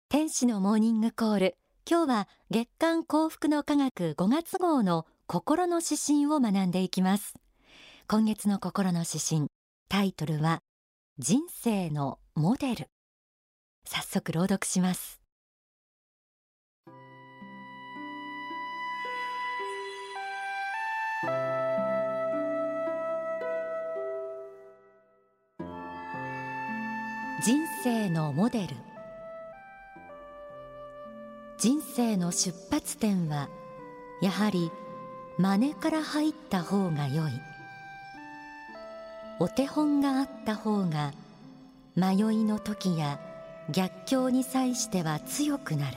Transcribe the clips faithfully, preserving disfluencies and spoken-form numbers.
天使のモーニングコール。今日は月刊幸福の科学ごがつ号の心の指針を学んでいきます。今月の心の指針、タイトルは人生のモデル。早速朗読します。人生のモデル。人生の出発点はやはり真似から入った方が良い。お手本があった方が迷いの時や逆境に際しては強くなる。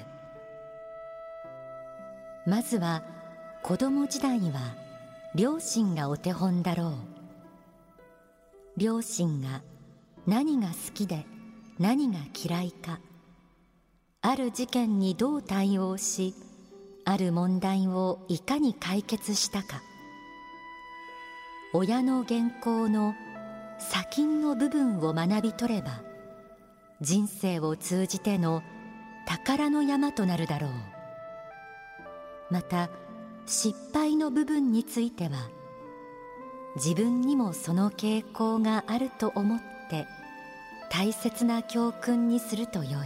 まずは子供時代は両親がお手本だろう。両親が何が好きで何が嫌いか、ある事件にどう対応し、ある問題をいかに解決したか、親の原稿の先の部分を学び取れば、人生を通じての宝の山となるだろう。また失敗の部分については、自分にもその傾向があると思って大切な教訓にするとよい。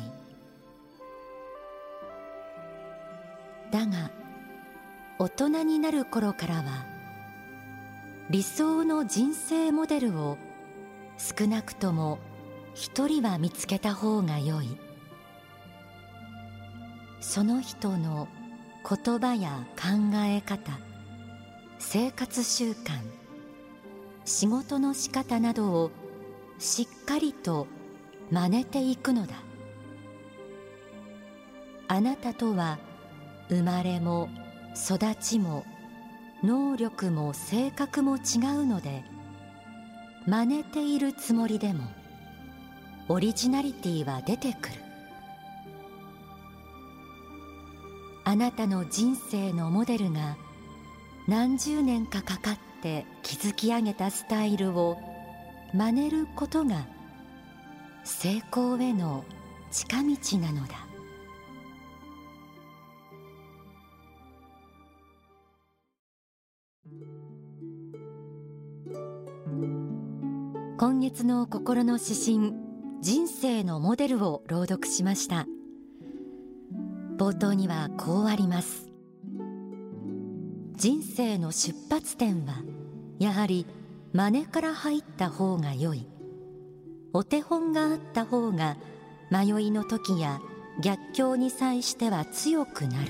だが大人になる頃からは、理想の人生モデルを少なくとも一人は見つけた方がよい。その人の言葉や考え方、生活習慣、仕事の仕方などをしっかりと真似ていくのだ。あなたとは生まれも育ちも能力も性格も違うので、真似ているつもりでもオリジナリティは出てくる。あなたの人生のモデルが何十年かかかって築き上げたスタイルを真似ることが成功への近道なのだ。今月の心の指針、人生のモデルを朗読しました。冒頭にはこうあります。人生の出発点はやはり真似から入った方が良い。お手本があった方が迷いの時や逆境に際しては強くなる。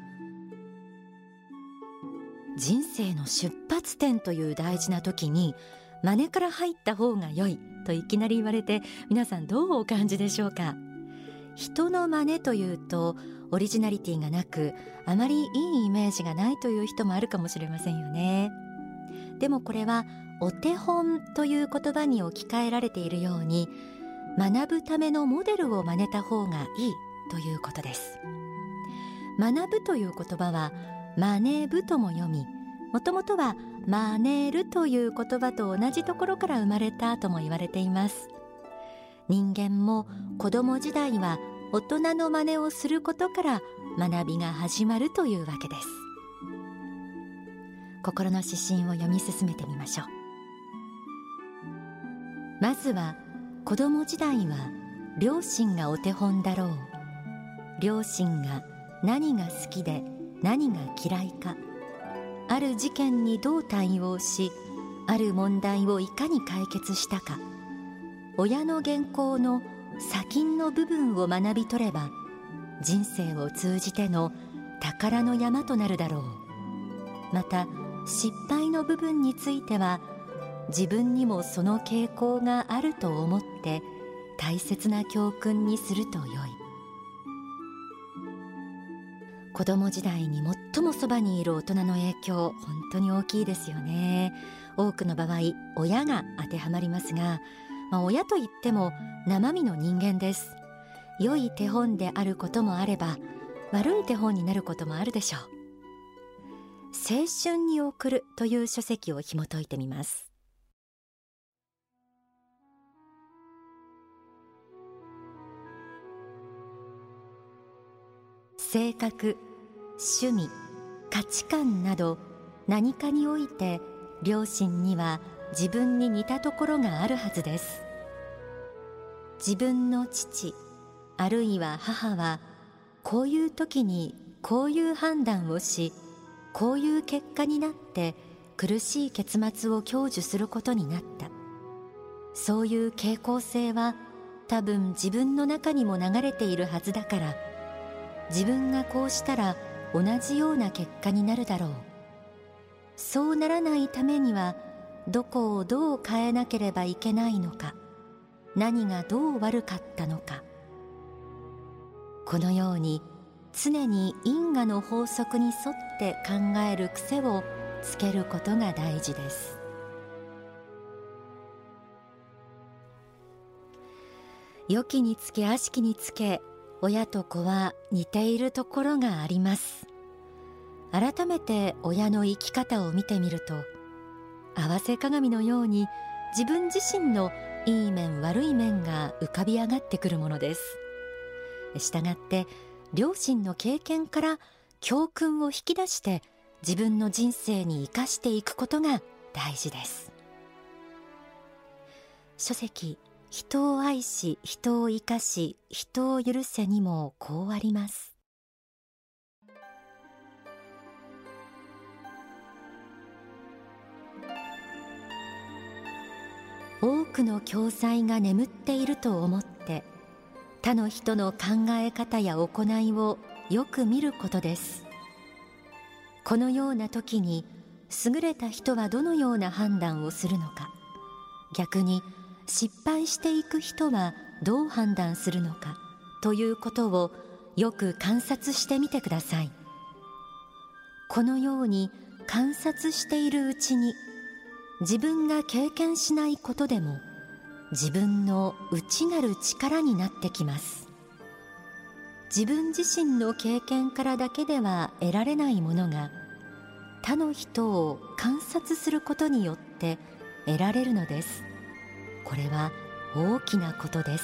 人生の出発点という大事な時に、真似から入った方が良いといきなり言われて、皆さんどうお感じでしょうか。人の真似というとオリジナリティがなく、あまりいいイメージがないという人もあるかもしれませんよね。でもこれはお手本という言葉に置き換えられているように、学ぶためのモデルを真似た方がいいということです。学ぶという言葉は真似ぶとも読み、もともとは真似るという言葉と同じところから生まれたとも言われています。人間も子供時代は大人の真似をすることから学びが始まるというわけです。心の指針を読み進めてみましょう。まずは子供時代は両親がお手本だろう。両親が何が好きで何が嫌いか、ある事件にどう対応し、ある問題をいかに解決したか、親の原稿の先の部分を学び取れば、人生を通じての宝の山となるだろう。また失敗の部分については、自分にもその傾向があると思って大切な教訓にするとよい。子供時代に最もそばにいる大人の影響、本当に大きいですよね。多くの場合親が当てはまりますが、まあ、親といっても生身の人間です。良い手本であることもあれば、悪い手本になることもあるでしょう。青春に送るという書籍を紐解いてみます。 性格、趣味、価値観など何かにおいて両親には自分に似たところがあるはずです。自分の父あるいは母はこういう時にこういう判断をし、こういう結果になって苦しい結末を享受することになった。そういう傾向性は多分自分の中にも流れているはずだから、自分がこうしたら同じような結果になるだろう。そうならないためにはどこをどう変えなければいけないのか、何がどう悪かったのか。このように常に因果の法則に沿って考える癖をつけることが大事です。良きにつけ悪しきにつけ、親と子は似ているところがあります。改めて親の生き方を見てみると、合わせ鏡のように自分自身のいい面悪い面が浮かび上がってくるものです。したがって両親の経験から教訓を引き出して自分の人生に生かしていくことが大事です。書籍、人を愛し人を生かし人を許せにもこうあります。多くの教材が眠っていると思って他の人の考え方や行いをよく見ることです。このような時に優れた人はどのような判断をするのか、逆に失敗していく人はどう判断するのかということをよく観察してみてください。このように観察しているうちに、自分が経験しないことでも自分の内なる力になってきます。自分自身の経験からだけでは得られないものが、他の人を観察することによって得られるのです。これは大きなことです。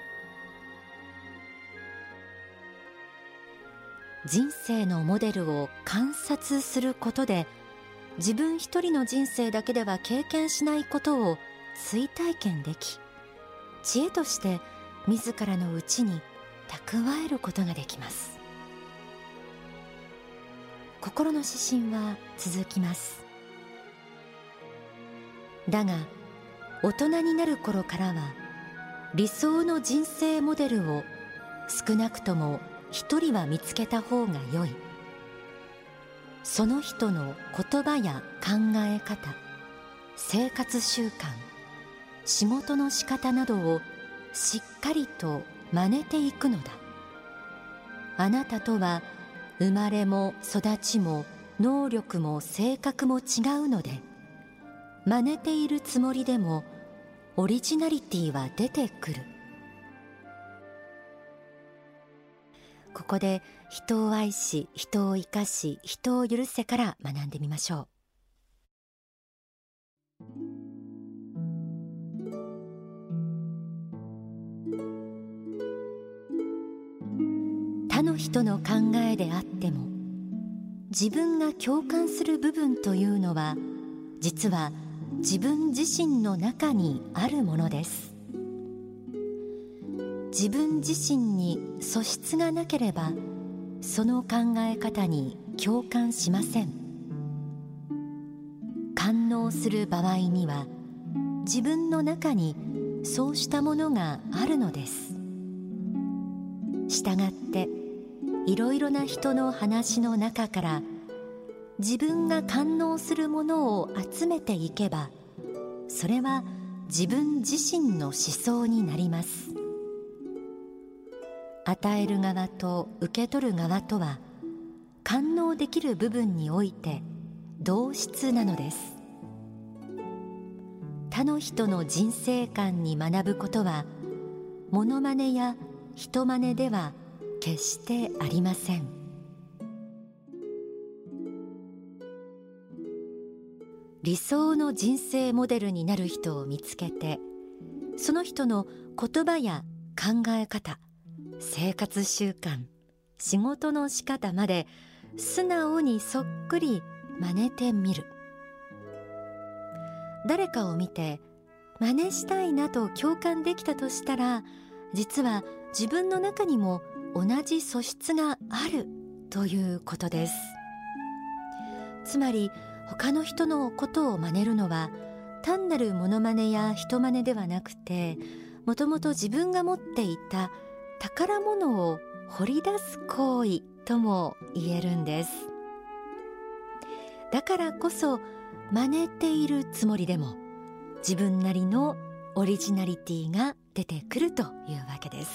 人生のモデルを観察することで、自分一人の人生だけでは経験しないことを追体験でき、知恵として自らの内に蓄えることができます。心の指針は続きます。だが大人になる頃からは理想の人生モデルを少なくとも一人は見つけた方が良い。その人の言葉や考え方、生活習慣、仕事の仕方などをしっかりと真似ていくのだ。あなたとは生まれも育ちも能力も性格も違うので、真似ているつもりでもオリジナリティは出てくる。ここで人を愛し人を生かし人を許せから学んでみましょう。他の人の考えであっても、自分が共感する部分というのは実は自分自身の中にあるものです。自分自身に素質がなければその考え方に共感しません。感応する場合には自分の中にそうしたものがあるのです。したがっていろいろな人の話の中から自分が感応するものを集めていけば、それは自分自身の思想になります。与える側と受け取る側とは感応できる部分において同質なのです。他の人の人生観に学ぶことはモノマネや人真似では決してありません。理想の人生モデルになる人を見つけて、その人の言葉や考え方、生活習慣、 仕事の仕方まで素直にそっくり真似てみる。誰かを見て真似したいなと共感できたとしたら、実は自分の中にも同じ素質があるということです。つまり他の人のことを真似るのは単なるモノマネや人真似ではなくて、もともと自分が持っていた宝物を掘り出す行為とも言えるんです。だからこそ真似ているつもりでも自分なりのオリジナリティが出てくるというわけです。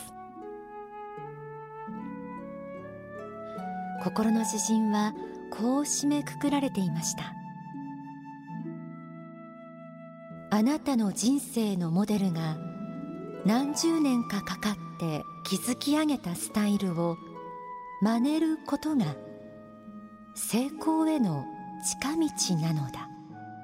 心の指針はこう締めくくられていました。あなたの人生のモデルが何十年かかかって築き上げたスタイルを真似ることが成功への近道なのだ。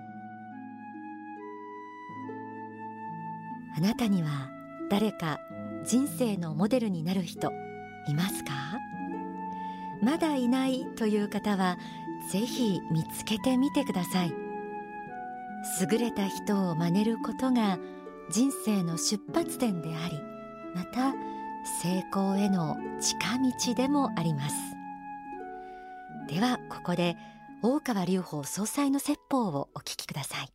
あなたには誰か人生のモデルになる人いますか？まだいないという方はぜひ見つけてみてください。優れた人を真似ることが人生の出発点であり、また成功への近道でもあります。ではここで大川隆法総裁の説法をお聞きください。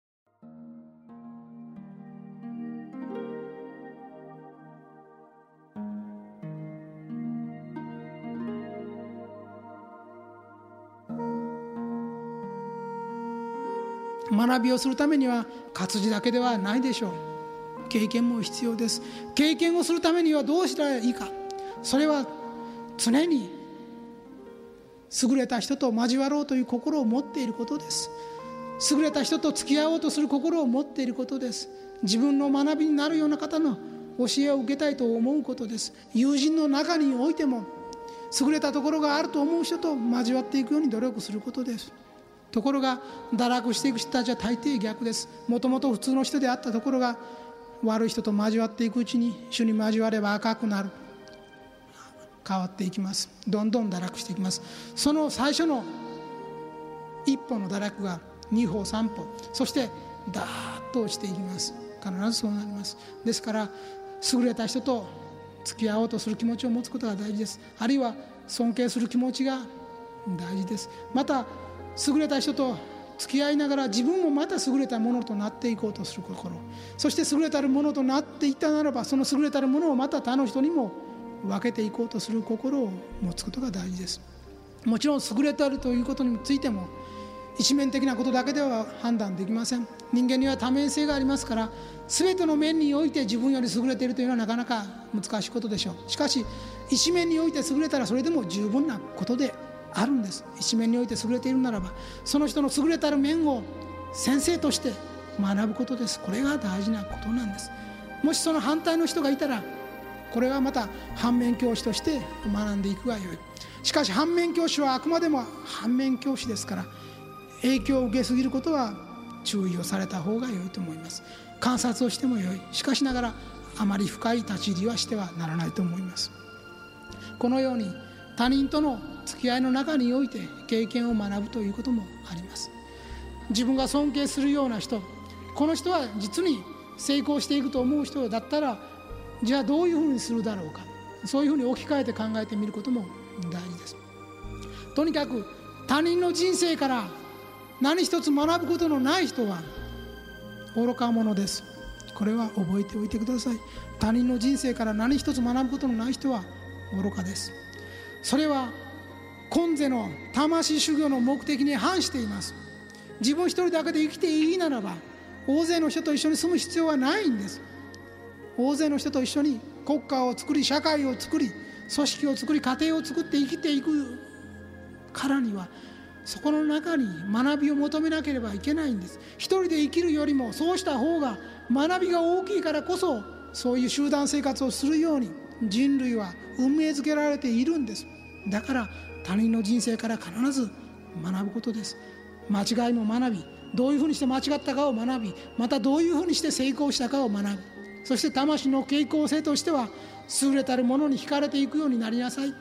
学びをするためには活字だけではないでしょう。経験も必要です。経験をするためにはどうしたらいいか。それは常に優れた人と交わろうという心を持っていることです。優れた人と付き合おうとする心を持っていることです。自分の学びになるような方の教えを受けたいと思うことです。友人の中においても優れたところがあると思う人と交わっていくように努力することです。ところが堕落していく人たちは大抵逆です。もともと普通の人であったところが悪い人と交わっていくうちに主に交われば赤くなる、変わっていきます。どんどん堕落していきます。その最初の一歩の堕落が二歩三歩、そしてダーッと落ちていきます。必ずそうなります。ですから優れた人と付き合おうとする気持ちを持つことが大事です。あるいは尊敬する気持ちが大事です。また優れた人と付き合いながら自分もまた優れたものとなっていこうとする心、そして優れたるものとなっていったならば、その優れたるものをまた他の人にも分けていこうとする心を持つことが大事です。もちろん優れたるということについても一面的なことだけでは判断できません。人間には多面性がありますから、全ての面において自分より優れているというのはなかなか難しいことでしょう。しかし一面において優れたらそれでも十分なことであるんです。一面において優れているならば、その人の優れたる面を先生として学ぶことです。これが大事なことなんです。もしその反対の人がいたら、これはまた反面教師として学んでいくがよい。しかし反面教師はあくまでも反面教師ですから、影響を受けすぎることは注意をされた方が良いと思います。観察をしても良い。しかしながらあまり深い立ち入りはしてはならないと思います。このように他人との付き合いの中において経験を学ぶということもあります。自分が尊敬するような人、この人は実に成功していくと思う人だったら、じゃあどういうふうにするだろうか、そういうふうに置き換えて考えてみることも大事です。とにかく他人の人生から何一つ学ぶことのない人は愚か者です。これは覚えておいてください。他人の人生から何一つ学ぶことのない人は愚かです。それは今世の魂修行の目的に反しています。自分一人だけで生きていいならば、大勢の人と一緒に住む必要はないんです。大勢の人と一緒に国家を作り、社会を作り、組織を作り、家庭を作って生きていくからには、そこの中に学びを求めなければいけないんです。一人で生きるよりもそうした方が学びが大きいからこそ、そういう集団生活をするように人類は運命づけられているんです。だから他人の人生から必ず学ぶことです。間違いも学び、どういうふうにして間違ったかを学び、またどういうふうにして成功したかを学ぶ。そして魂の傾向性としては、優れたるものに惹かれていくようになりなさい。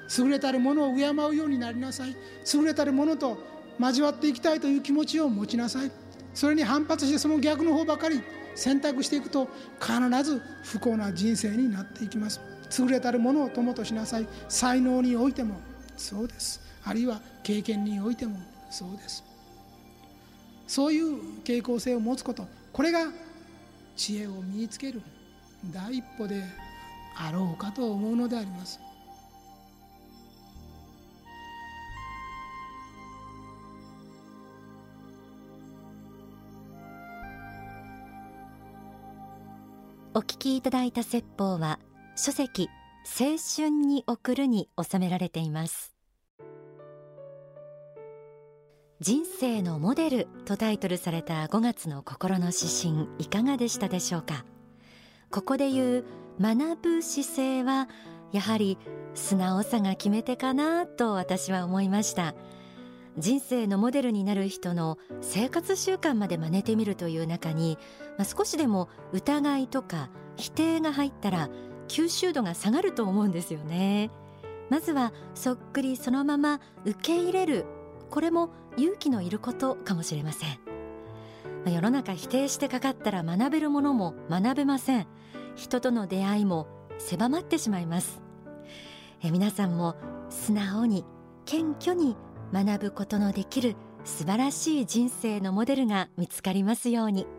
優れたるものを敬うようになりなさい。優れたるものと交わっていきたいという気持ちを持ちなさい。それに反発してその逆の方ばかり選択していくと必ず不幸な人生になっていきます。優れたるものを友としなさい。才能においてもそうです。あるいは経験においてもそうです。そういう傾向性を持つこと、これが知恵を身につける第一歩であろうかと思うのであります。 お聞きいただいた説法は書籍青春に送るに収められています。人生のモデルとタイトルされたごがつの心の指針、いかがでしたでしょうか。ここで言う学ぶ姿勢はやはり素直さが決め手かなと私は思いました。人生のモデルになる人の生活習慣まで真似てみるという中に、まあ、少しでも疑いとか否定が入ったら吸収度が下がると思うんですよね。まずはそっくりそのまま受け入れる、これも勇気のいることかもしれません。まあ、世の中否定してかかったら学べるものも学べません。人との出会いも狭まってしまいます。え皆さんも素直に謙虚に学ぶことのできる素晴らしい人生のモデルが見つかりますように。